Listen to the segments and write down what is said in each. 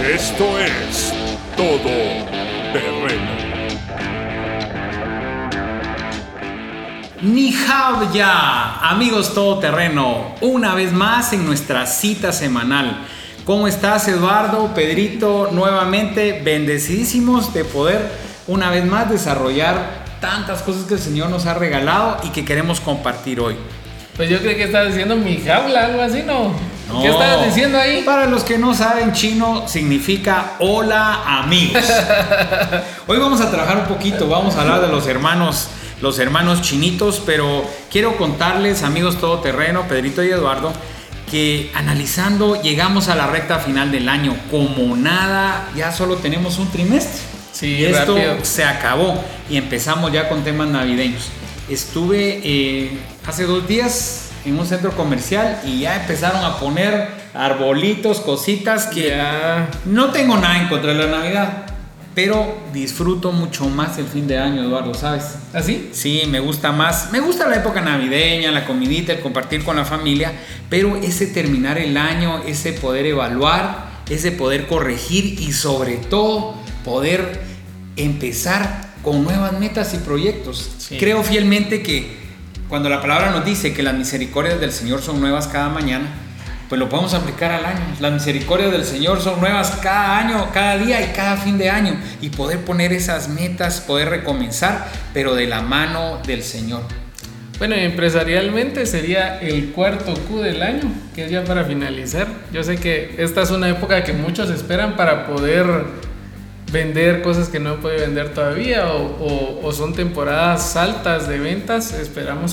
Esto es Todo Terreno. Ni hao ya, amigos todoterreno, una vez más en nuestra cita semanal. ¿Cómo estás, Eduardo, Pedrito? Nuevamente bendecísimos de poder una vez más desarrollar tantas cosas que el Señor nos ha regalado y que queremos compartir hoy. Pues yo creo que estabas diciendo mi jaula, algo así, ¿no? ¿Qué estabas diciendo ahí? Para los que no saben, chino significa hola, amigos. Hoy vamos a trabajar un poquito, vamos a hablar de los hermanos chinitos, pero quiero contarles, amigos todoterreno, Pedrito y Eduardo, que analizando llegamos a la recta final del año. Como nada, ya solo tenemos un trimestre. Sí, y esto rápido. se acabó y empezamos ya con temas navideños. Estuve hace 2 días en un centro comercial y ya empezaron a poner arbolitos, cositas que Ya. no tengo nada en contra de la Navidad, pero disfruto mucho más el fin de año, Eduardo, ¿sabes? ¿Así? Sí, me gusta más. Me gusta la época navideña, la comidita, el compartir con la familia, pero ese terminar el año, ese poder evaluar, ese poder corregir y sobre todo poder empezar con nuevas metas y proyectos. Sí. Creo fielmente que cuando la palabra nos dice que las misericordias del Señor son nuevas cada mañana, pues lo podemos aplicar al año. Las misericordias del Señor son nuevas cada año, cada día y cada fin de año. Y poder poner esas metas, poder recomenzar, pero de la mano del Señor. Bueno, empresarialmente sería el cuarto Q del año, que es ya para finalizar. Yo sé que esta es una época que muchos esperan para poder vender cosas que no han podido vender todavía o son temporadas altas de ventas. Esperamos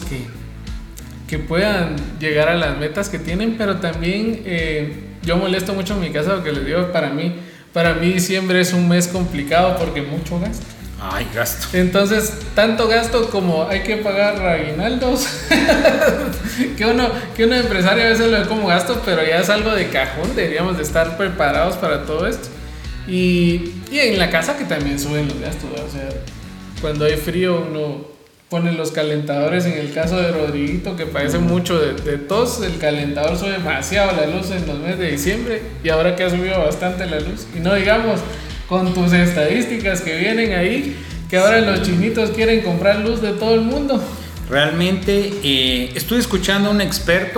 que puedan llegar a las metas que tienen, pero también yo molesto mucho en mi casa porque les digo, para mí diciembre es un mes complicado porque mucho gasto. Ay, gasto. Entonces, tanto gasto como hay que pagar aguinaldos, que uno empresario a veces lo ve como gasto, pero ya es algo de cajón, deberíamos de estar preparados para todo esto. Y en la casa que también suben los gastos, ¿verdad? O sea, cuando hay frío uno pone los calentadores. En el caso de Rodriguito, que padece mucho de tos, el calentador sube demasiado la luz en los meses de diciembre, y ahora que ha subido bastante la luz, y no digamos con tus estadísticas que vienen ahí, que ahora los chinitos quieren comprar luz de todo el mundo. Realmente estuve escuchando a un experto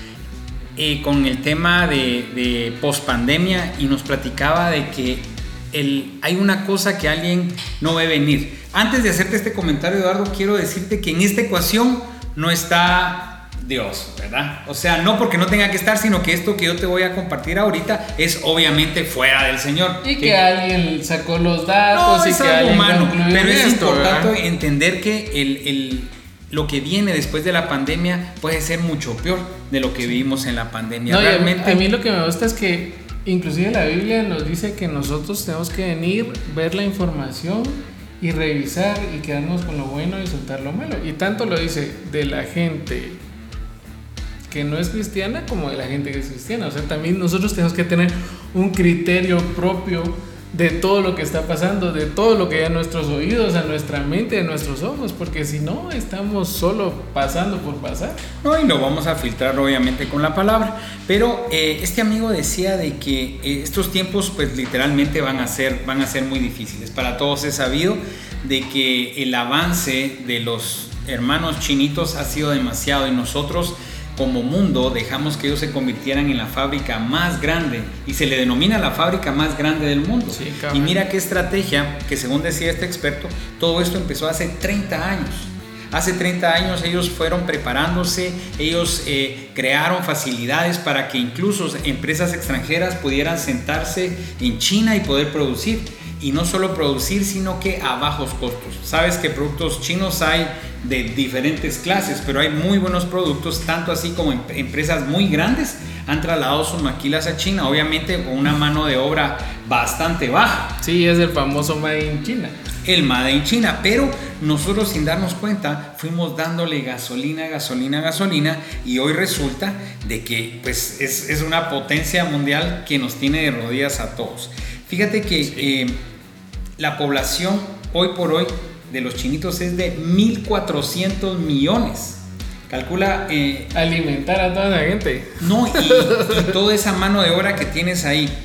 con el tema de pospandemia y nos platicaba de que hay una cosa que alguien no ve venir. Antes de hacerte este comentario, Eduardo, quiero decirte que en esta ecuación no está Dios, ¿verdad? O sea, no porque no tenga que estar, sino que esto que yo te voy a compartir ahorita es obviamente fuera del Señor. Y que alguien sacó los datos, no, y es que algo alguien humano, concluyó pero es esto, importante ¿verdad? entender que lo que viene después de la pandemia puede ser mucho peor de lo que vivimos en la pandemia. No, realmente. a mí lo que me gusta es que inclusive la Biblia nos dice que nosotros tenemos que venir, ver la información y revisar y quedarnos con lo bueno y soltar lo malo. Y tanto lo dice de la gente que no es cristiana como de la gente que es cristiana. O sea, también nosotros tenemos que tener un criterio propio de todo lo que está pasando, de todo lo que hay a nuestros oídos, a nuestra mente, a nuestros ojos, porque si no, estamos solo pasando por pasar. No, y lo vamos a filtrar obviamente con la palabra, pero este amigo decía de que estos tiempos pues literalmente van a ser muy difíciles. Para todos es sabido de que el avance de los hermanos chinitos ha sido demasiado y nosotros como mundo dejamos que ellos se convirtieran en la fábrica más grande y se le denomina la fábrica más grande del mundo. Sí, y mira qué estrategia, que según decía este experto, todo esto empezó hace 30 años. Hace 30 años ellos fueron preparándose, ellos crearon facilidades para que incluso empresas extranjeras pudieran sentarse en China y poder producir. Y no solo producir, sino que a bajos costos. Sabes que productos chinos hay de diferentes clases, pero hay muy buenos productos, tanto así como empresas muy grandes han trasladado sus maquilas a China, obviamente con una mano de obra bastante baja. Sí, es el famoso Made in China. El Made in China, pero nosotros sin darnos cuenta fuimos dándole gasolina y hoy resulta de que pues es una potencia mundial que nos tiene de rodillas a todos. Fíjate que sí. La población hoy por hoy de los chinitos es de 1.400 millones. Calcula... alimentar a toda la gente. No, y toda esa mano de obra que tienes ahí.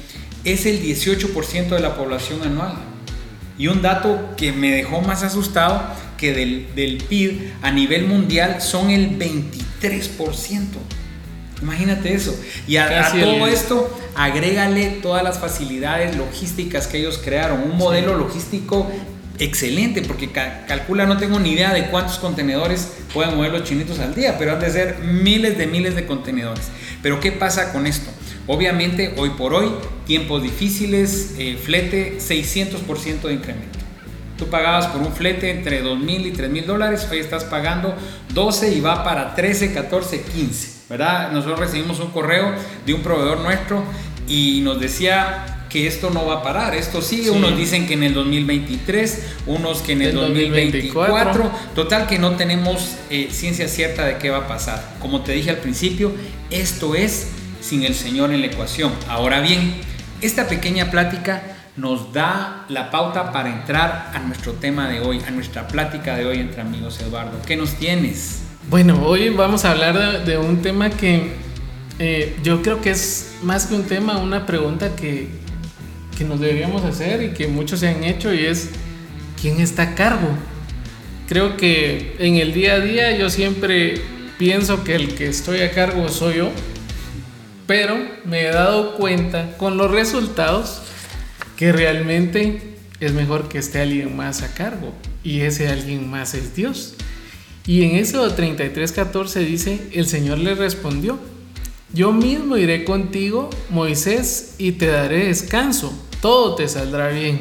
es el 18% de la población anual. Y un dato que me dejó más asustado, que del PIB a nivel mundial son el 23%. Imagínate eso. Y a todo esto, agrégale todas las facilidades logísticas que ellos crearon. Un modelo logístico excelente, porque calcula, no tengo ni idea de cuántos contenedores pueden mover los chinitos al día, pero han de ser miles de contenedores. Pero ¿qué pasa con esto? Obviamente, hoy por hoy, tiempos difíciles, flete 600% de incremento. Tú pagabas por un flete entre $2,000 y $3,000, hoy estás pagando 12 y va para 13, 14, 15, ¿verdad? Nosotros recibimos un correo de un proveedor nuestro y nos decía que esto no va a parar, esto sigue, sí. Unos dicen que en el 2023, unos que en el 2024, total que no tenemos ciencia cierta de qué va a pasar. Como te dije al principio, esto es sin el Señor en la ecuación. Ahora bien, esta pequeña plática nos da la pauta para entrar a nuestro tema de hoy, a nuestra plática de hoy entre amigos. Eduardo, ¿qué nos tienes? Bueno, hoy vamos a hablar de un tema que yo creo que es más que un tema, una pregunta que nos deberíamos hacer y que muchos se han hecho, y es ¿quién está a cargo? Creo que en el día a día yo siempre pienso que el que estoy a cargo soy yo, pero me he dado cuenta con los resultados que realmente es mejor que esté alguien más a cargo, y ese alguien más es Dios. Y en Éxodo 33:14 dice: el Señor le respondió: yo mismo iré contigo, Moisés, y te daré descanso, todo te saldrá bien.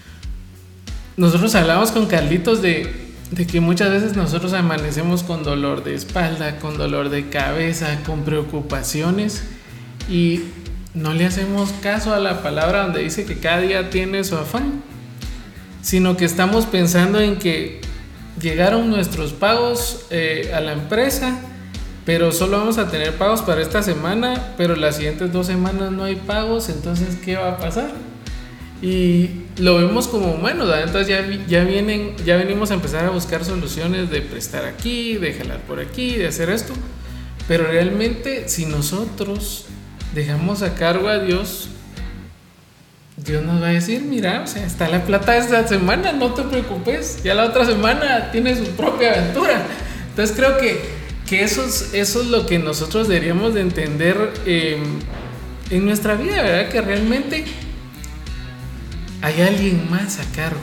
Nosotros hablamos con Carlitos de que muchas veces nosotros amanecemos con dolor de espalda, con dolor de cabeza, con preocupaciones, y no le hacemos caso a la palabra donde dice que cada día tiene su afán, sino que estamos pensando en que llegaron nuestros pagos a la empresa, pero solo vamos a tener pagos para esta semana, pero las siguientes 2 semanas no hay pagos, entonces ¿qué va a pasar? Y lo vemos como humanos, ¿verdad? Entonces ya venimos a empezar a buscar soluciones de prestar aquí, de jalar por aquí, de hacer esto, pero realmente si nosotros dejamos a cargo a Dios, Dios nos va a decir: mira, o sea, está la plata esta semana, no te preocupes, ya la otra semana tiene su propia aventura. Entonces creo que eso es lo que nosotros deberíamos de entender en nuestra vida, ¿verdad? Que realmente hay alguien más a cargo,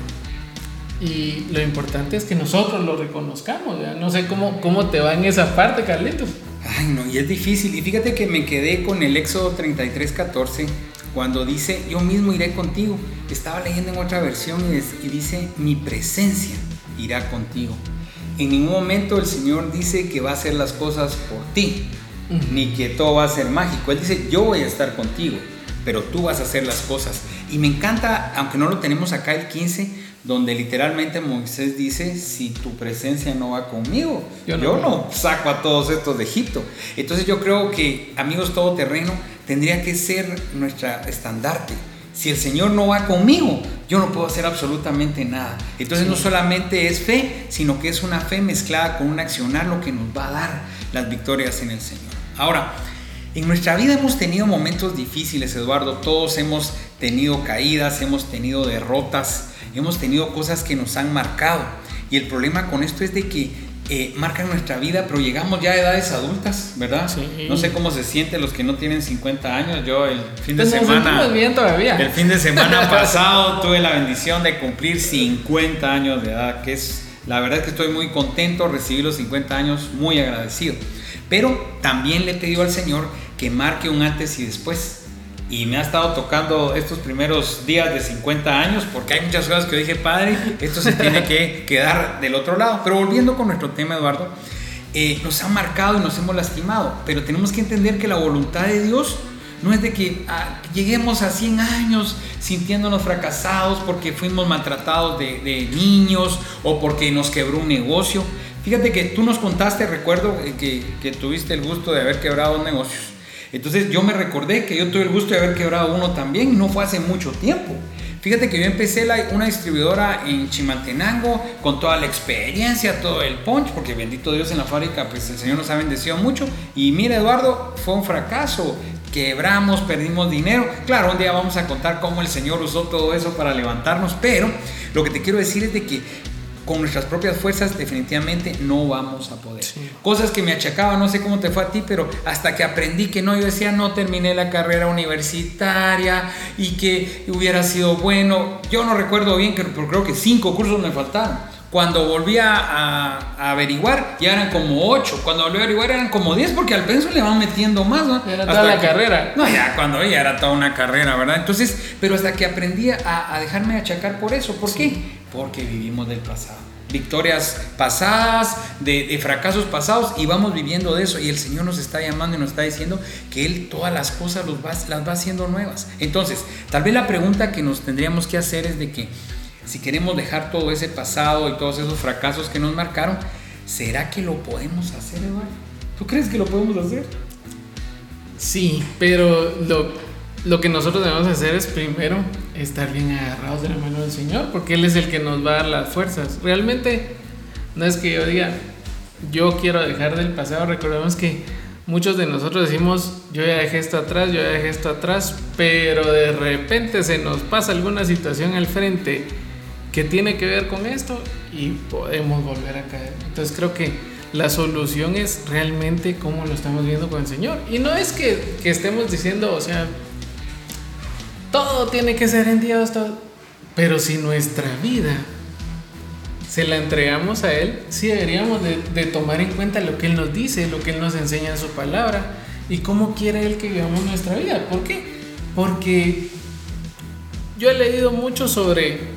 y lo importante es que nosotros lo reconozcamos, ¿verdad? No sé cómo te va en esa parte, Carlitos. Ay, no, y es difícil. Y fíjate que me quedé con el Éxodo 33:14, cuando dice: yo mismo iré contigo. Estaba leyendo en otra versión y dice: mi presencia irá contigo. En ningún momento el Señor dice que va a hacer las cosas por ti, ni que todo va a ser mágico. Él dice: yo voy a estar contigo, pero tú vas a hacer las cosas. Y me encanta, aunque no lo tenemos acá, el 15, donde literalmente Moisés dice: si tu presencia no va conmigo, yo no saco a todos estos de Egipto. Entonces yo creo que, amigos todoterreno, tendría que ser nuestra estandarte. Si el Señor no va conmigo, yo no puedo hacer absolutamente nada. Entonces no solamente es fe, sino que es una fe mezclada con un accionar lo que nos va a dar las victorias en el Señor. Ahora, en nuestra vida hemos tenido momentos difíciles, Eduardo. Todos hemos tenido caídas, hemos tenido derrotas, hemos tenido cosas que nos han marcado. Y el problema con esto es de que marcan nuestra vida, pero llegamos ya a edades adultas, ¿verdad? Sí. No sé cómo se sienten los que no tienen 50 años. Yo el fin de semana pasado tuve la bendición de cumplir 50 años de edad, que es, la verdad es que estoy muy contento, recibí los 50 años, muy agradecido. Pero también le he pedido al Señor que marque un antes y después. Y me ha estado tocando estos primeros días de 50 años, porque hay muchas cosas que yo dije: Padre, esto se tiene que quedar del otro lado. Pero volviendo con nuestro tema, Eduardo, nos ha marcado y nos hemos lastimado, pero tenemos que entender que la voluntad de Dios no es de que lleguemos a 100 años sintiéndonos fracasados porque fuimos maltratados de niños o porque nos quebró un negocio. Fíjate que tú nos contaste, recuerdo que tuviste el gusto de haber quebrado 2 negocios. Entonces yo me recordé que yo tuve el gusto de haber quebrado uno también, y no fue hace mucho tiempo. Fíjate que yo empecé una distribuidora en Chimaltenango con toda la experiencia, todo el punch, porque bendito Dios en la fábrica pues el Señor nos ha bendecido mucho. Y mira, Eduardo, fue un fracaso. quebramos, perdimos dinero. Claro, un día vamos a contar cómo el Señor usó todo eso para levantarnos, pero lo que te quiero decir es de que con nuestras propias fuerzas definitivamente no vamos a poder. Sí. Cosas que me achacaban, no sé cómo te fue a ti, pero hasta que aprendí que no, yo decía, no terminé la carrera universitaria y que hubiera sido bueno. Yo no recuerdo bien, pero creo que 5 cursos me faltaron. Cuando volví a averiguar, ya eran como 8. Cuando volví a averiguar, eran como 10, porque al pensum le van metiendo más, ¿no? Era toda la carrera. No, ya cuando ya era toda una carrera, ¿verdad? Entonces, pero hasta que aprendí a dejarme achacar por eso. ¿Por qué? Porque vivimos del pasado. Victorias pasadas, de fracasos pasados, y vamos viviendo de eso. Y el Señor nos está llamando y nos está diciendo que Él todas las cosas las va haciendo nuevas. Entonces, tal vez la pregunta que nos tendríamos que hacer es de que si queremos dejar todo ese pasado y todos esos fracasos que nos marcaron, ¿será que lo podemos hacer, Eduardo? ¿Tú crees que lo podemos hacer? Sí, pero lo que nosotros debemos hacer es primero estar bien agarrados de la mano del Señor, porque Él es el que nos va a dar las fuerzas. Realmente no es que yo diga, yo quiero dejar del pasado. Recordemos que muchos de nosotros decimos, yo ya dejé esto atrás, pero de repente se nos pasa alguna situación al frente que tiene que ver con esto y podemos volver a caer. Entonces creo que la solución es realmente cómo lo estamos viendo con el Señor. Y no es que estemos diciendo, o sea, todo tiene que ser en Dios, todo. Pero si nuestra vida se la entregamos a Él, sí deberíamos de tomar en cuenta lo que Él nos dice, lo que Él nos enseña en su palabra y cómo quiere Él que vivamos nuestra vida. ¿Por qué? Porque yo he leído mucho sobre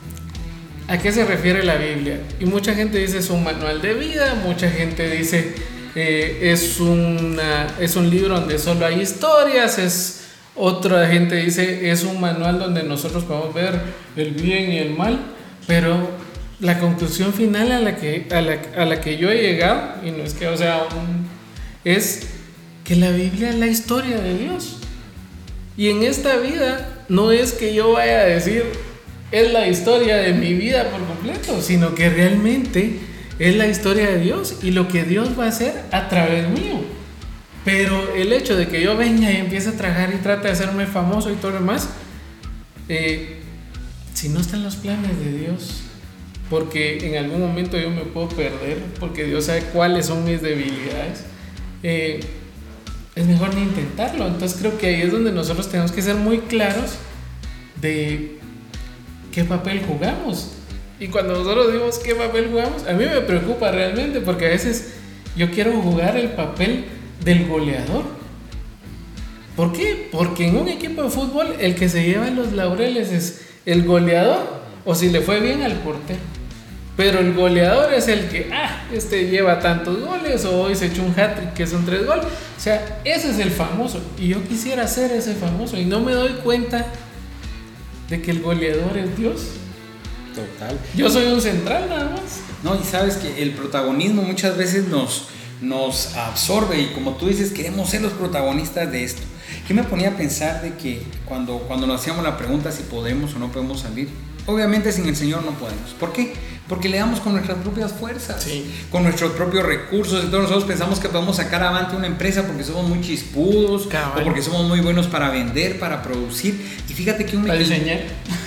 a qué se refiere la Biblia, y mucha gente dice es un manual de vida, mucha gente dice es un libro donde solo hay historias, otra gente dice es un manual donde nosotros podemos ver el bien y el mal, pero la conclusión final a la que yo he llegado, y no es que, o sea, es que la Biblia es la historia de Dios, y en esta vida no es que yo vaya a decir es la historia de mi vida por completo, sino que realmente es la historia de Dios y lo que Dios va a hacer a través mío. Pero el hecho de que yo venga y empiece a trabajar y trate de hacerme famoso y todo lo demás, si no están los planes de Dios, porque en algún momento yo me puedo perder, porque Dios sabe cuáles son mis debilidades, es mejor ni intentarlo. Entonces creo que ahí es donde nosotros tenemos que ser muy claros de qué papel jugamos. Y cuando nosotros decimos qué papel jugamos, a mí me preocupa realmente, porque a veces yo quiero jugar el papel del goleador. ¿Por qué? Porque en un equipo de fútbol el que se lleva los laureles es el goleador, o si le fue bien al portero. Pero el goleador es el que, lleva tantos goles, o hoy se echó un hat-trick que son 3 goles. O sea, ese es el famoso, y yo quisiera ser ese famoso, y no me doy cuenta de que el goleador es Dios. Total. Yo soy un central nada más. No, y sabes que el protagonismo muchas veces nos absorbe, y como tú dices, queremos ser los protagonistas de esto. Yo me ponía a pensar de que cuando nos hacíamos la pregunta si podemos o no podemos salir, obviamente sin el Señor no podemos. ¿Por qué? Porque le damos con nuestras propias fuerzas, sí, con nuestros propios recursos. Entonces nosotros pensamos que podemos sacar adelante una empresa porque somos muy chispudos, o porque somos muy buenos para vender, para producir. Y fíjate que para diseñar.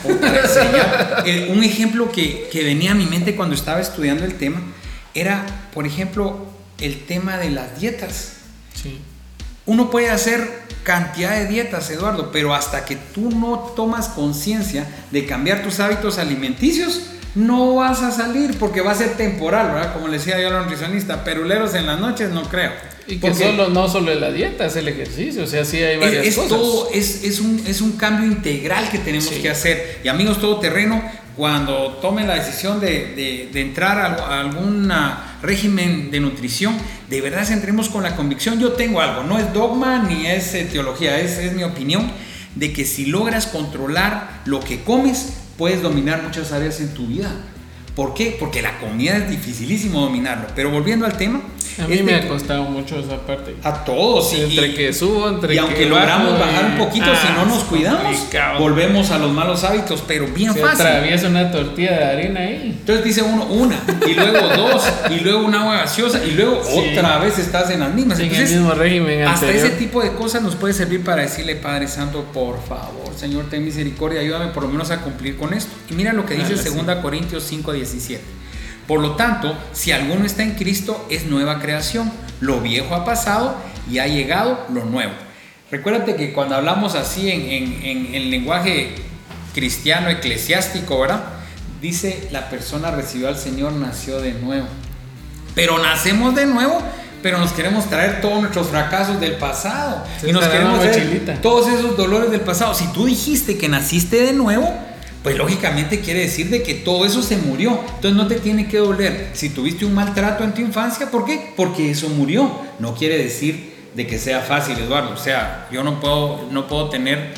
Un ejemplo que venía a mi mente cuando estaba estudiando el tema era, por ejemplo, el tema de las dietas. Sí. Uno puede hacer cantidad de dietas, Eduardo, pero hasta que tú no tomas conciencia de cambiar tus hábitos alimenticios, no vas a salir, porque va a ser temporal, ¿verdad? Como le decía yo a la nutricionista, peruleros en las noches no creo. Y que no solo es la dieta, es el ejercicio, o sea, sí hay varias cosas. Todo es un cambio integral que tenemos que hacer. Y amigos todoterreno, cuando tomen la decisión de entrar a algún régimen de nutrición, de verdad centremos con la convicción. Yo tengo algo, no es dogma ni es teología, es mi opinión, de que si logras controlar lo que comes, puedes dominar muchas áreas en tu vida. ¿Por qué? Porque la comida es dificilísimo dominarlo. Pero volviendo al tema, A mí me ha costado mucho esa parte. A todos. Entre que subo, entre y aunque logramos bajar un poquito, si no nos cuidamos, volvemos a los malos hábitos, pero bien fácil. Se atraviesa una tortilla de harina ahí. Entonces dice uno, una, y luego dos, y luego un agua gaseosa, y luego otra vez estás en las mismas. Entonces, en el mismo régimen hasta anterior. ese tipo de cosas nos puede servir para decirle, Padre Santo, por favor, Señor, ten misericordia, ayúdame por lo menos a cumplir con esto. Y mira lo que dice 2 Corintios 5:17. Por lo tanto, si alguno está en Cristo, es nueva creación. Lo viejo ha pasado y ha llegado lo nuevo. Recuérdate que cuando hablamos así en lenguaje cristiano, eclesiástico, ¿verdad? Dice, la persona recibió al Señor, nació de nuevo. Pero nacemos de nuevo, pero nos queremos traer todos nuestros fracasos del pasado. Y nos queremos traer todos esos dolores del pasado. Si tú dijiste que naciste de nuevo, pues lógicamente quiere decir de que todo eso se murió. Entonces no te tiene que doler. Si tuviste un maltrato en tu infancia, ¿por qué? Porque eso murió. No quiere decir de que sea fácil, Eduardo. O sea, yo no puedo tener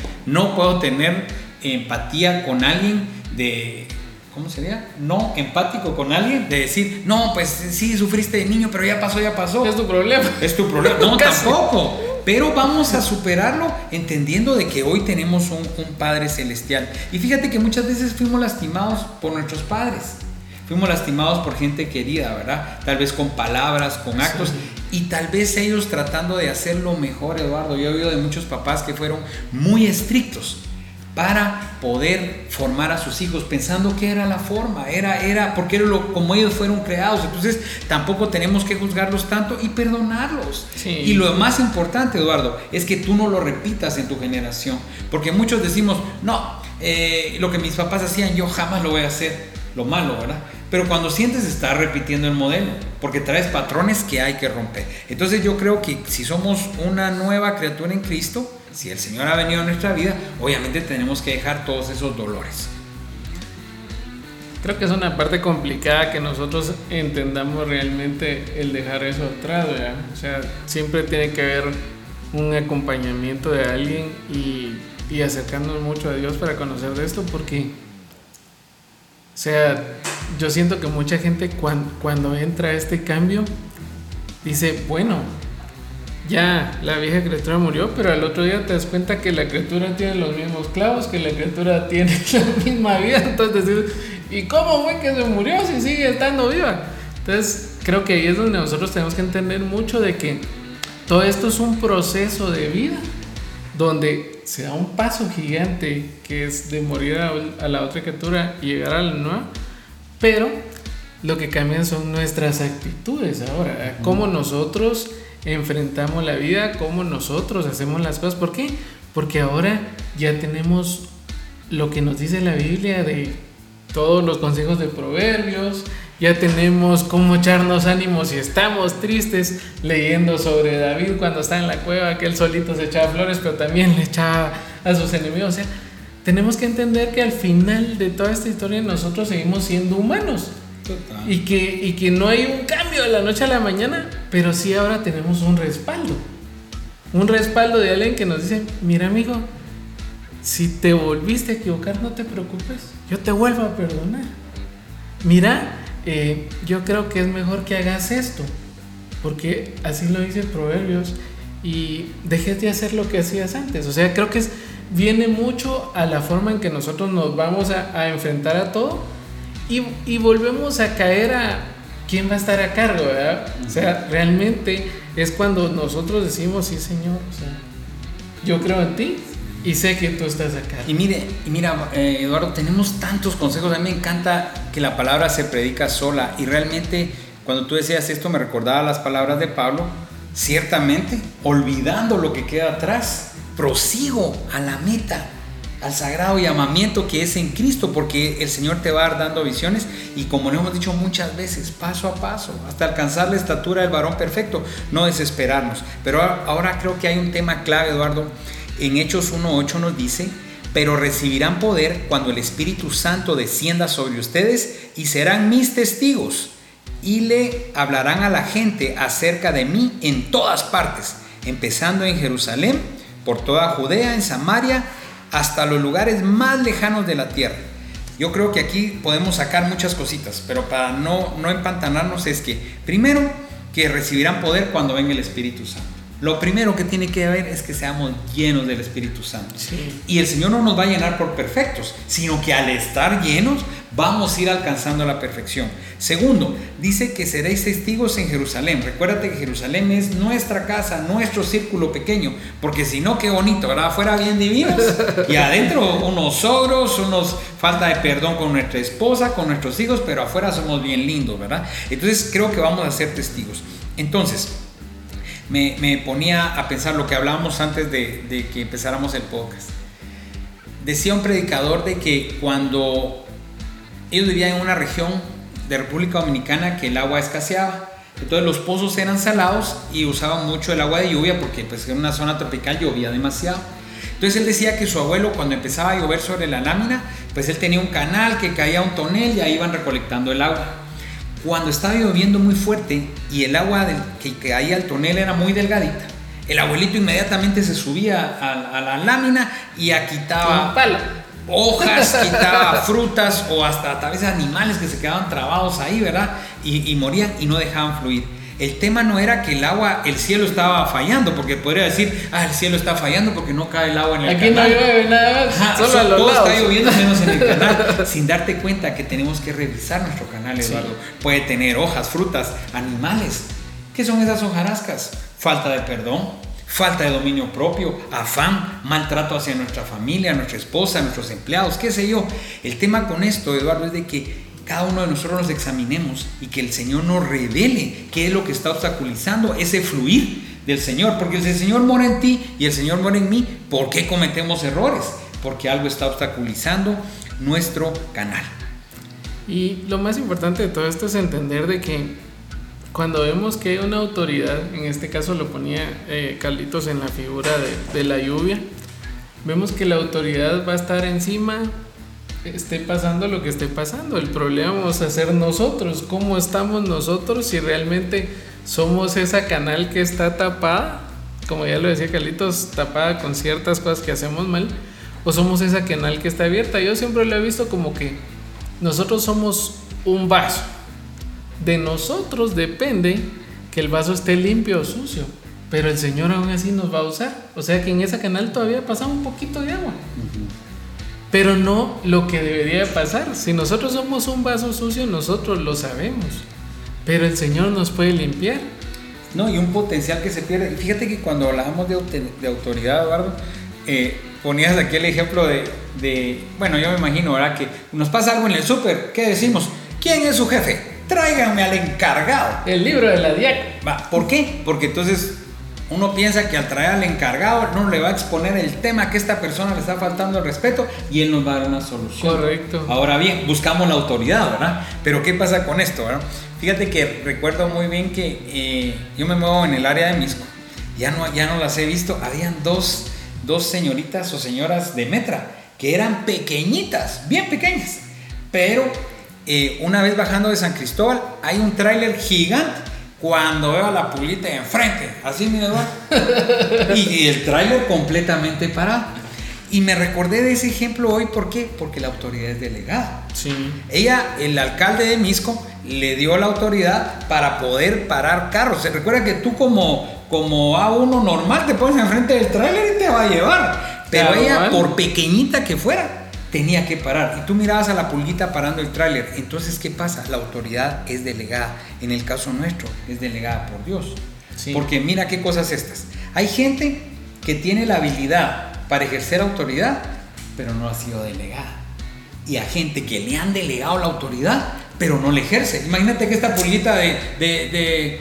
empatía con alguien de... ¿Cómo sería? No empático con alguien, de decir, no, pues sí, sufriste de niño, pero ya pasó. Es tu problema. Es tu problema. No, tampoco. Pero vamos a superarlo entendiendo de que hoy tenemos un Padre Celestial. Y fíjate que muchas veces fuimos lastimados por nuestros padres. Fuimos lastimados por gente querida, ¿verdad? Tal vez con palabras, con actos. Sí. Y tal vez ellos tratando de hacerlo mejor, Eduardo. Yo he oído de muchos papás que fueron muy estrictos para poder formar a sus hijos, pensando que era la forma, era porque era como ellos fueron creados. Entonces tampoco tenemos que juzgarlos tanto y perdonarlos. Sí. Y lo más importante, Eduardo, es que tú no lo repitas en tu generación, porque muchos decimos, no, lo que mis papás hacían yo jamás lo voy a hacer, lo malo, ¿verdad? Pero cuando sientes estar repitiendo el modelo, porque traes patrones que hay que romper. Entonces yo creo que si somos una nueva criatura en Cristo, si el Señor ha venido a nuestra vida, obviamente tenemos que dejar todos esos dolores. Creo que es una parte complicada que nosotros entendamos realmente el dejar eso atrás, ¿verdad? O sea, siempre tiene que haber un acompañamiento de alguien y acercarnos mucho a Dios para conocer de esto, porque, o sea, yo siento que mucha gente cuando entra a este cambio dice, bueno, ya la vieja criatura murió, pero al otro día te das cuenta que la criatura tiene los mismos clavos, que la criatura tiene la misma vida. Entonces dices, ¿y cómo fue que se murió si sigue estando viva? Entonces creo que ahí es donde nosotros tenemos que entender mucho de que todo esto es un proceso de vida donde se da un paso gigante, que es de morir a la otra criatura y llegar a la nueva, pero lo que cambian son nuestras actitudes ahora, cómo nosotros enfrentamos la vida, cómo nosotros hacemos las cosas. ¿Por qué? Porque ahora ya tenemos lo que nos dice la Biblia de todos los consejos de Proverbios, ya tenemos cómo echarnos ánimos si estamos tristes, leyendo sobre David cuando estaba en la cueva, que él solito se echaba flores, pero también le echaba a sus enemigos. O sea, tenemos que entender que al final de toda esta historia nosotros seguimos siendo humanos. Total. Y que no hay un cambio de la noche a la mañana, pero sí ahora tenemos un respaldo de alguien que nos dice, mira amigo, si te volviste a equivocar no te preocupes, yo te vuelvo a perdonar. Mira, yo creo que es mejor que hagas esto, porque así lo dice Proverbios, y dejes de hacer lo que hacías antes. O sea, creo que viene mucho a la forma en que nosotros nos vamos a enfrentar a todo. Y volvemos a caer a quién va a estar a cargo, ¿verdad? O sea, realmente es cuando nosotros decimos, sí Señor, o sea, yo creo en ti y sé que tú estás acá. Y mira, Eduardo, tenemos tantos consejos. A mí me encanta que la palabra se predica sola, y realmente cuando tú decías esto me recordaba las palabras de Pablo. Ciertamente, olvidando lo que queda atrás, prosigo a la meta, al sagrado llamamiento que es en Cristo, porque el Señor te va a dar dando visiones, y como lo hemos dicho muchas veces, paso a paso, hasta alcanzar la estatura del varón perfecto, no desesperarnos. Pero ahora creo que hay un tema clave, Eduardo. En Hechos 1:8 nos dice, pero recibirán poder cuando el Espíritu Santo descienda sobre ustedes, y serán mis testigos, y le hablarán a la gente acerca de mí en todas partes, empezando en Jerusalén, por toda Judea, en Samaria, hasta los lugares más lejanos de la tierra. Yo creo que aquí podemos sacar muchas cositas, pero para no empantanarnos, es que primero que recibirán poder cuando venga el Espíritu Santo. Lo primero que tiene que haber es que seamos llenos del Espíritu Santo. Sí. Y el Señor no nos va a llenar por perfectos, sino que al estar llenos vamos a ir alcanzando la perfección. Segundo, dice que seréis testigos en Jerusalén. Recuérdate que Jerusalén es nuestra casa, nuestro círculo pequeño, porque si no, qué bonito, ¿verdad? Afuera bien divinos y adentro unos ogros, unos falta de perdón con nuestra esposa, con nuestros hijos, pero afuera somos bien lindos, ¿verdad? Entonces creo que vamos a ser testigos. Entonces, me ponía a pensar lo que hablábamos antes de que empezáramos el podcast. Decía un predicador de que cuando ellos vivían en una región de República Dominicana que el agua escaseaba, entonces los pozos eran salados y usaban mucho el agua de lluvia porque pues en una zona tropical llovía demasiado. Entonces él decía que su abuelo, cuando empezaba a llover sobre la lámina, pues él tenía un canal que caía a un tonel y ahí iban recolectando el agua. Cuando estaba lloviendo muy fuerte y el agua que caía al tonel era muy delgadita, el abuelito inmediatamente se subía a la lámina y quitaba hojas, quitaba frutas o hasta tal vez animales que se quedaban trabados ahí, ¿verdad? Y morían y no dejaban fluir. El tema no era que el cielo estaba fallando, porque podría decir, el cielo está fallando porque no cae el agua en el canal. Aquí no llueve nada más, solo a los lados. Todo está lloviendo menos en el canal, sin darte cuenta que tenemos que revisar nuestro canal, Eduardo. Sí. Puede tener hojas, frutas, animales. ¿Qué son esas hojarascas? Falta de perdón, falta de dominio propio, afán, maltrato hacia nuestra familia, nuestra esposa, nuestros empleados, qué sé yo. El tema con esto, Eduardo, es de que cada uno de nosotros nos examinemos y que el Señor nos revele qué es lo que está obstaculizando ese fluir del Señor, porque si el Señor mora en ti y el Señor mora en mí, ¿por qué cometemos errores? Porque algo está obstaculizando nuestro canal. Y lo más importante de todo esto es entender de que cuando vemos que hay una autoridad, en este caso lo ponía Carlitos en la figura de la lluvia, vemos que la autoridad va a estar encima, esté pasando lo que esté pasando. El problema vamos a ser nosotros, cómo estamos nosotros, si realmente somos esa canal que está tapada, como ya lo decía Carlitos, tapada con ciertas cosas que hacemos mal, o somos esa canal que está abierta. Yo siempre lo he visto como que nosotros somos un vaso, de nosotros depende que el vaso esté limpio o sucio, pero el Señor aún así nos va a usar, o sea que en esa canal todavía pasa un poquito de agua, pero no lo que debería pasar. Si nosotros somos un vaso sucio, nosotros lo sabemos, pero el Señor nos puede limpiar. No, y un potencial que se pierde. Fíjate que cuando hablábamos de autoridad, Eduardo, ponías aquí el ejemplo bueno, yo me imagino, ¿verdad? Que nos pasa algo en el súper, ¿qué decimos? ¿Quién es su jefe? Tráiganme al encargado. El libro de la diaca. ¿Por qué? Porque entonces uno piensa que al traer al encargado no le va a exponer el tema que esta persona le está faltando el respeto y él nos va a dar una solución. Correcto. Ahora bien, buscamos la autoridad, ¿verdad? Pero ¿qué pasa con esto, verdad? Fíjate que recuerdo muy bien que yo me muevo en el área de Misco. Ya no las he visto. Habían dos señoritas o señoras de Metra que eran pequeñitas, bien pequeñas. Pero una vez bajando de San Cristóbal hay un tráiler gigante. Cuando veo a la pulita enfrente, así mi Eduardo, y el tráiler completamente parado. Y me recordé de ese ejemplo hoy, ¿por qué? Porque la autoridad es delegada. Sí. El alcalde de Misco, le dio la autoridad para poder parar carros. Se recuerda que tú como A1 normal te pones enfrente del tráiler y te va a llevar. Pero claro, ella, por pequeñita que fuera, tenía que parar. Y tú mirabas a la pulguita parando el tráiler. Entonces, ¿qué pasa? La autoridad es delegada. En el caso nuestro, es delegada por Dios. Sí. Porque mira qué cosas estas. Hay gente que tiene la habilidad para ejercer autoridad, pero no ha sido delegada. Y hay gente que le han delegado la autoridad, pero no la ejerce. Imagínate que esta pulguita de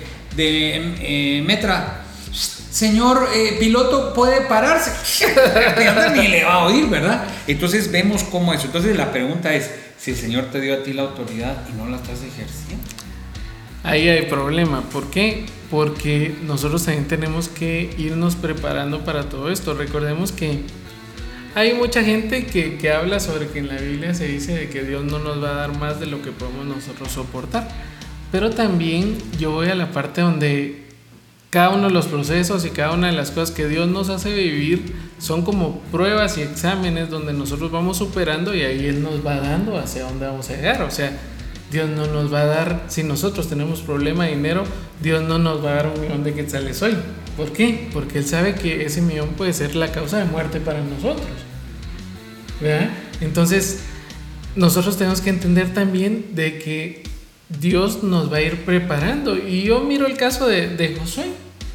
Metra, señor piloto, ¿puede pararse? Ni le va a oír, ¿verdad? Entonces vemos cómo eso. Entonces la pregunta es, si el Señor te dio a ti la autoridad y no la estás ejerciendo. Ahí hay problema. ¿Por qué? Porque nosotros también tenemos que irnos preparando para todo esto. Recordemos que hay mucha gente que habla sobre que en la Biblia se dice de que Dios no nos va a dar más de lo que podemos nosotros soportar. Pero también yo voy a la parte donde cada uno de los procesos y cada una de las cosas que Dios nos hace vivir son como pruebas y exámenes donde nosotros vamos superando y ahí Él nos va dando hacia dónde vamos a llegar. O sea, Dios no nos va a dar, si nosotros tenemos problema de dinero, Dios no nos va a dar 1,000,000 de quetzales hoy. ¿Por qué? Porque Él sabe que ese 1,000,000 puede ser la causa de muerte para nosotros, ¿verdad? Entonces, nosotros tenemos que entender también de que Dios nos va a ir preparando. Y yo miro el caso de Josué.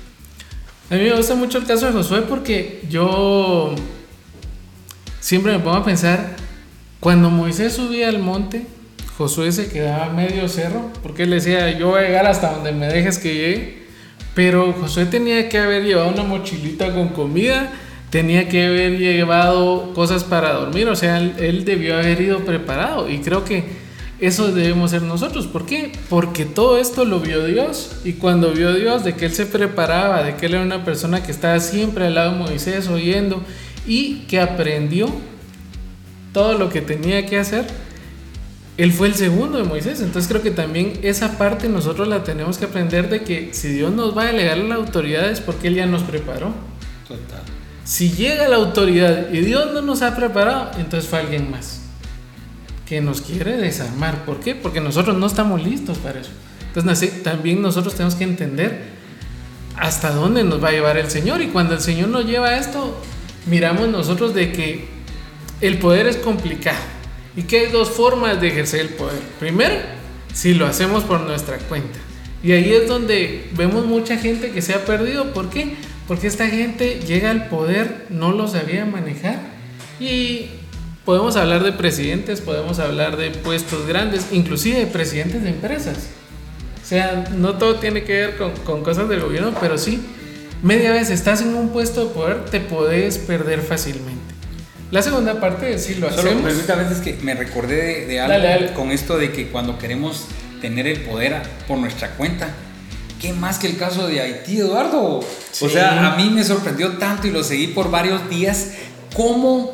A mí me gusta mucho el caso de Josué porque yo siempre me pongo a pensar, cuando Moisés subía al monte, Josué se quedaba a medio cerro, porque él decía, yo voy a llegar hasta donde me dejes que llegue. Pero Josué tenía que haber llevado una mochilita con comida, tenía que haber llevado cosas para dormir, o sea, él debió haber ido preparado. Y creo que eso debemos ser nosotros. ¿Por qué? Porque todo esto lo vio Dios, y cuando vio Dios de que él se preparaba, de que él era una persona que estaba siempre al lado de Moisés oyendo y que aprendió todo lo que tenía que hacer, él fue el segundo de Moisés. Entonces creo que también esa parte nosotros la tenemos que aprender, de que si Dios nos va a delegar la autoridad es porque Él ya nos preparó. Total. Si llega la autoridad y Dios no nos ha preparado, entonces fue alguien más que nos quiere desarmar. ¿Por qué? Porque nosotros no estamos listos para eso. Entonces también nosotros tenemos que entender hasta dónde nos va a llevar el Señor. Y cuando el Señor nos lleva a esto, miramos nosotros de que el poder es complicado y que hay dos formas de ejercer el poder. Primero, si lo hacemos por nuestra cuenta. Y ahí es donde vemos mucha gente que se ha perdido. ¿Por qué? Porque esta gente llega al poder, no lo sabía manejar. Y podemos hablar de presidentes, podemos hablar de puestos grandes, inclusive de presidentes de empresas. O sea, no todo tiene que ver con cosas del gobierno, pero sí, media vez estás en un puesto de poder, te podés perder fácilmente. La segunda parte es si lo hacemos. Permítame, es que me recordé de algo. Dale. Con esto de que cuando queremos tener el poder por nuestra cuenta, ¿qué más que el caso de Haití, Eduardo? Sí. O sea, a mí me sorprendió tanto y lo seguí por varios días, cómo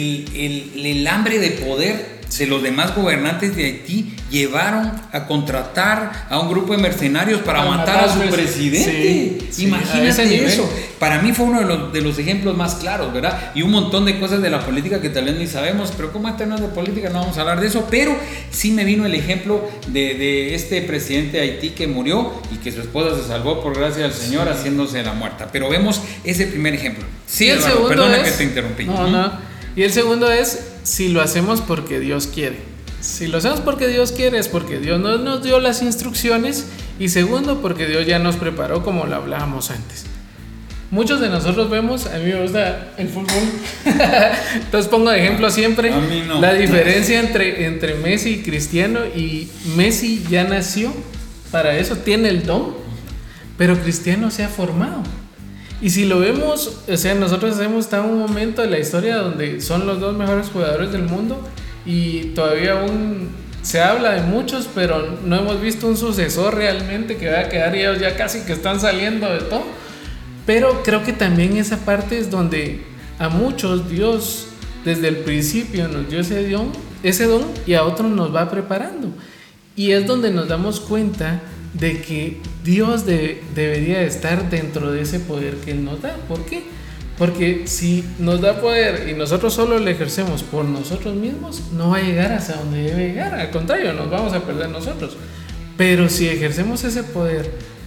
el hambre de poder de los demás gobernantes de Haití llevaron a contratar a un grupo de mercenarios para matar a su presidente. Sí, imagínate eso. Para mí fue uno de los ejemplos más claros, ¿verdad? Y un montón de cosas de la política que tal vez ni sabemos, pero como este no es de política, no vamos a hablar de eso. Pero sí me vino el ejemplo de este presidente de Haití que murió y que su esposa se salvó por gracia del Señor, haciéndose la muerta. Pero vemos ese primer ejemplo. Sí, el segundo perdona es... que te interrumpí. No. Y el segundo es si lo hacemos porque Dios quiere. Si lo hacemos porque Dios quiere es porque Dios no nos dio las instrucciones, y segundo porque Dios ya nos preparó, como lo hablábamos antes. Muchos de nosotros vemos, a mí me gusta el fútbol, entonces pongo de ejemplo siempre la diferencia entre Messi y Cristiano. Y Messi ya nació para eso, tiene el don, pero Cristiano se ha formado. Y si lo vemos, o sea, nosotros hemos estado en un momento de la historia donde son los dos mejores jugadores del mundo, y todavía aún se habla de muchos, pero no hemos visto un sucesor realmente que va a quedar, y ellos ya casi que están saliendo de todo. Pero creo que también esa parte es donde a muchos Dios desde el principio nos dio ese don, y a otros nos va preparando. Y es donde nos damos cuenta de que Dios debería estar dentro de ese poder que Él nos da. ¿Por qué? Porque si nos da poder y nosotros solo lo ejercemos por nosotros mismos, no va a llegar hasta donde debe llegar. Al contrario, nos vamos a perder nosotros. Pero si ejercemos ese poder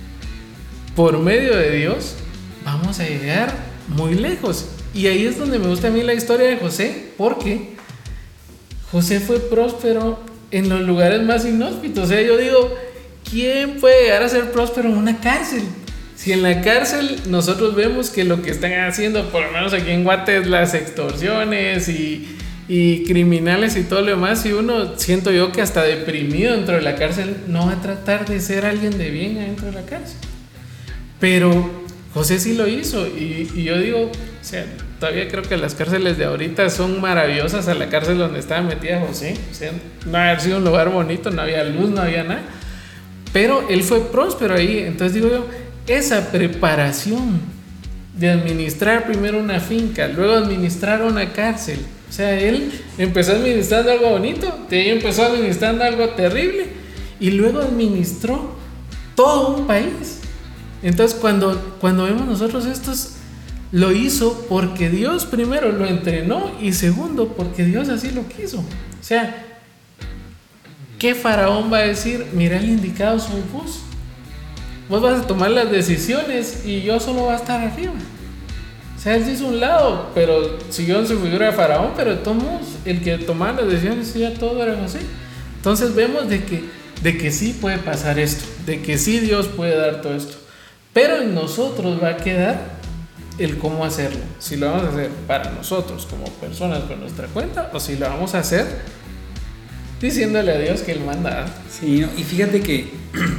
por medio de Dios, vamos a llegar muy lejos. Y ahí es donde me gusta a mí la historia de José, porque José fue próspero en los lugares más inhóspitos. O sea, yo digo, ¿quién puede llegar a ser próspero en una cárcel? Si en la cárcel nosotros vemos que lo que están haciendo, por lo menos aquí en Guate, es las extorsiones y criminales y todo lo demás, y uno, siento yo que hasta deprimido dentro de la cárcel, no va a tratar de ser alguien de bien adentro de la cárcel. Pero José sí lo hizo, y yo digo, o sea, todavía creo que las cárceles de ahorita son maravillosas a la cárcel donde estaba metida José. O sea, no había sido un lugar bonito, no había luz, no había nada, pero él fue próspero ahí. Entonces digo yo, esa preparación de administrar primero una finca, luego administrar una cárcel, o sea, él empezó administrando algo bonito, de ahí empezó administrando algo terrible, y luego administró todo un país. Entonces cuando vemos nosotros estos, lo hizo porque Dios primero lo entrenó, y segundo porque Dios así lo quiso. O sea, ¿qué faraón va a decir? Mira, el indicado soy vos. Vos vas a tomar las decisiones y yo solo voy a estar arriba. O sea, él se hizo un lado, pero siguió en su figura de faraón, pero de todos modos, el que tomaba las decisiones ya todo era José. Entonces vemos de que sí puede pasar esto, de que sí Dios puede dar todo esto. Pero en nosotros va a quedar el cómo hacerlo. Si lo vamos a hacer para nosotros como personas por nuestra cuenta, o si lo vamos a hacer diciéndole a Dios que Él manda. Sí, ¿no? Y fíjate que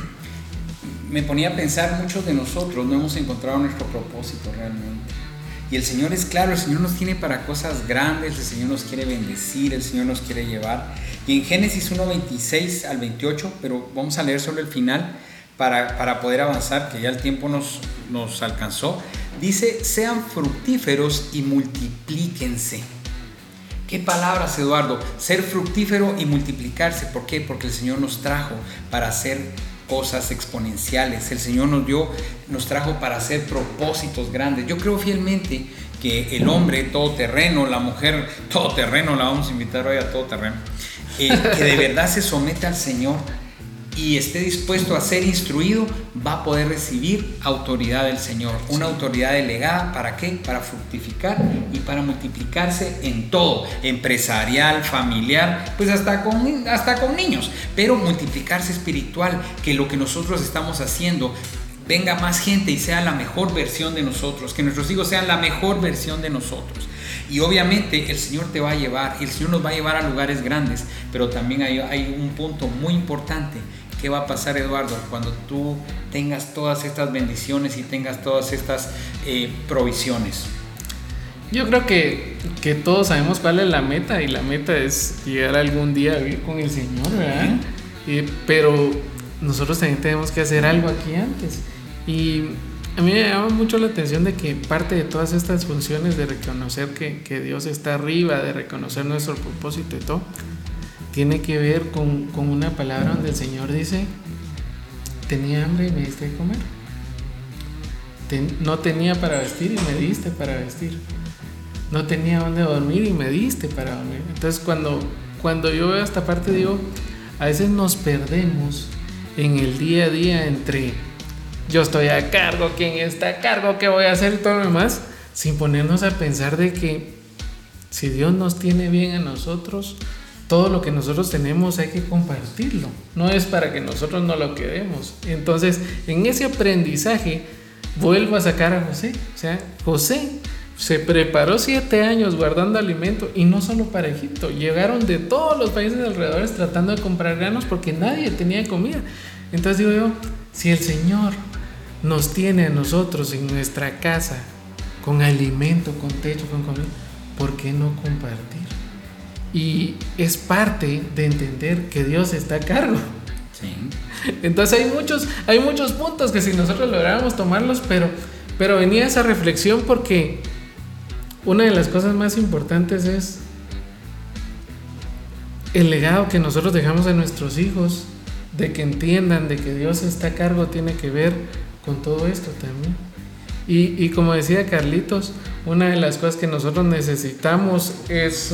me ponía a pensar, muchos de nosotros no hemos encontrado nuestro propósito realmente. Y el Señor es claro, el Señor nos tiene para cosas grandes, el Señor nos quiere bendecir, el Señor nos quiere llevar. Y en Génesis 1:26 al 28, pero vamos a leer solo el final para poder avanzar, que ya el tiempo nos alcanzó. Dice, sean fructíferos y multiplíquense. ¿Qué palabras, Eduardo? Ser fructífero y multiplicarse. ¿Por qué? Porque el Señor nos trajo para hacer cosas exponenciales. El Señor nos trajo para hacer propósitos grandes. Yo creo fielmente que el hombre todoterreno, la mujer todoterreno, la vamos a invitar hoy a todoterreno, que de verdad se someta al Señor y esté dispuesto a ser instruido, va a poder recibir autoridad del Señor. Una autoridad delegada, ¿para qué? Para fructificar y para multiplicarse en todo, empresarial, familiar, pues hasta con niños, pero multiplicarse espiritual, que lo que nosotros estamos haciendo venga más gente y sea la mejor versión de nosotros, que nuestros hijos sean la mejor versión de nosotros. Y obviamente el Señor te va a llevar, y el Señor nos va a llevar a lugares grandes, pero también hay un punto muy importante. ¿Qué va a pasar, Eduardo, cuando tú tengas todas estas bendiciones y tengas todas estas provisiones? Yo creo que todos sabemos cuál es la meta, y la meta es llegar algún día a vivir con el Señor, ¿verdad? Pero nosotros también tenemos que hacer algo aquí antes. Y a mí me llama mucho la atención de que parte de todas estas funciones de reconocer que Dios está arriba, de reconocer nuestro propósito y todo, tiene que ver con una palabra donde el Señor dice, tenía hambre y me diste de comer, no tenía para vestir y me diste para vestir, no tenía donde dormir y me diste para dormir. Entonces cuando yo veo esta parte, digo, a veces nos perdemos en el día a día entre yo estoy a cargo, quién está a cargo, qué voy a hacer y todo lo demás, sin ponernos a pensar de que si Dios nos tiene bien a nosotros, todo lo que nosotros tenemos hay que compartirlo, no es para que nosotros no lo quedemos. Entonces, en ese aprendizaje, vuelvo a sacar a José. O sea, José se preparó 7 años guardando alimento, y no solo para Egipto, llegaron de todos los países alrededores tratando de comprar granos porque nadie tenía comida. Entonces digo yo, si el Señor nos tiene a nosotros en nuestra casa con alimento, con techo, con comida, ¿por qué no compartir? Y es parte de entender que Dios está a cargo. Sí. Entonces hay muchos puntos que si nosotros lográramos tomarlos, pero venía esa reflexión porque una de las cosas más importantes es el legado que nosotros dejamos a nuestros hijos, de que entiendan de que Dios está a cargo, tiene que ver con todo esto también. Y como decía Carlitos, una de las cosas que nosotros necesitamos es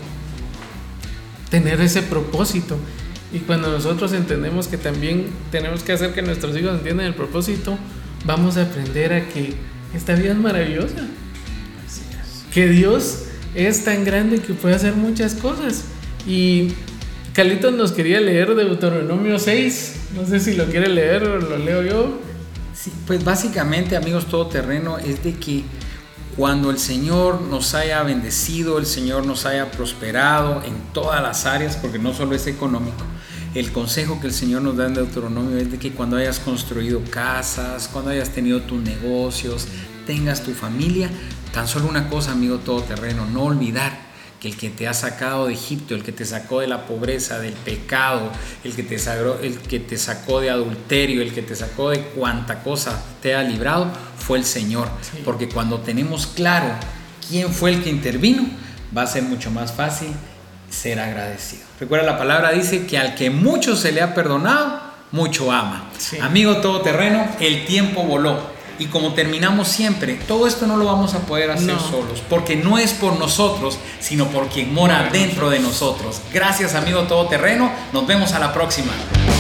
tener ese propósito. Y cuando nosotros entendemos que también tenemos que hacer que nuestros hijos entiendan el propósito, vamos a aprender a que esta vida es maravillosa. Así es. Que Dios es tan grande que puede hacer muchas cosas. Y Carlitos nos quería leer Deuteronomio 6. No sé si lo quiere leer o lo leo yo. Sí, pues básicamente, amigos todoterreno, es de que cuando el Señor nos haya bendecido, el Señor nos haya prosperado en todas las áreas, porque no solo es económico, el consejo que el Señor nos da en Deuteronomio es de que cuando hayas construido casas, cuando hayas tenido tus negocios, tengas tu familia, tan solo una cosa, amigo todoterreno, no olvidar que el que te ha sacado de Egipto, el que te sacó de la pobreza, del pecado, el que te sacó de adulterio, el que te sacó de cuanta cosa te ha librado, fue el Señor. Sí. Porque cuando tenemos claro quién fue el que intervino, va a ser mucho más fácil ser agradecido. Recuerda, la palabra dice que al que mucho se le ha perdonado, mucho ama. Sí. Amigo todoterreno, el tiempo voló. Y como terminamos siempre, todo esto no lo vamos a poder hacer solos, porque no es por nosotros, sino por quien mora dentro de nosotros. Gracias, amigo todoterreno. Nos vemos a la próxima.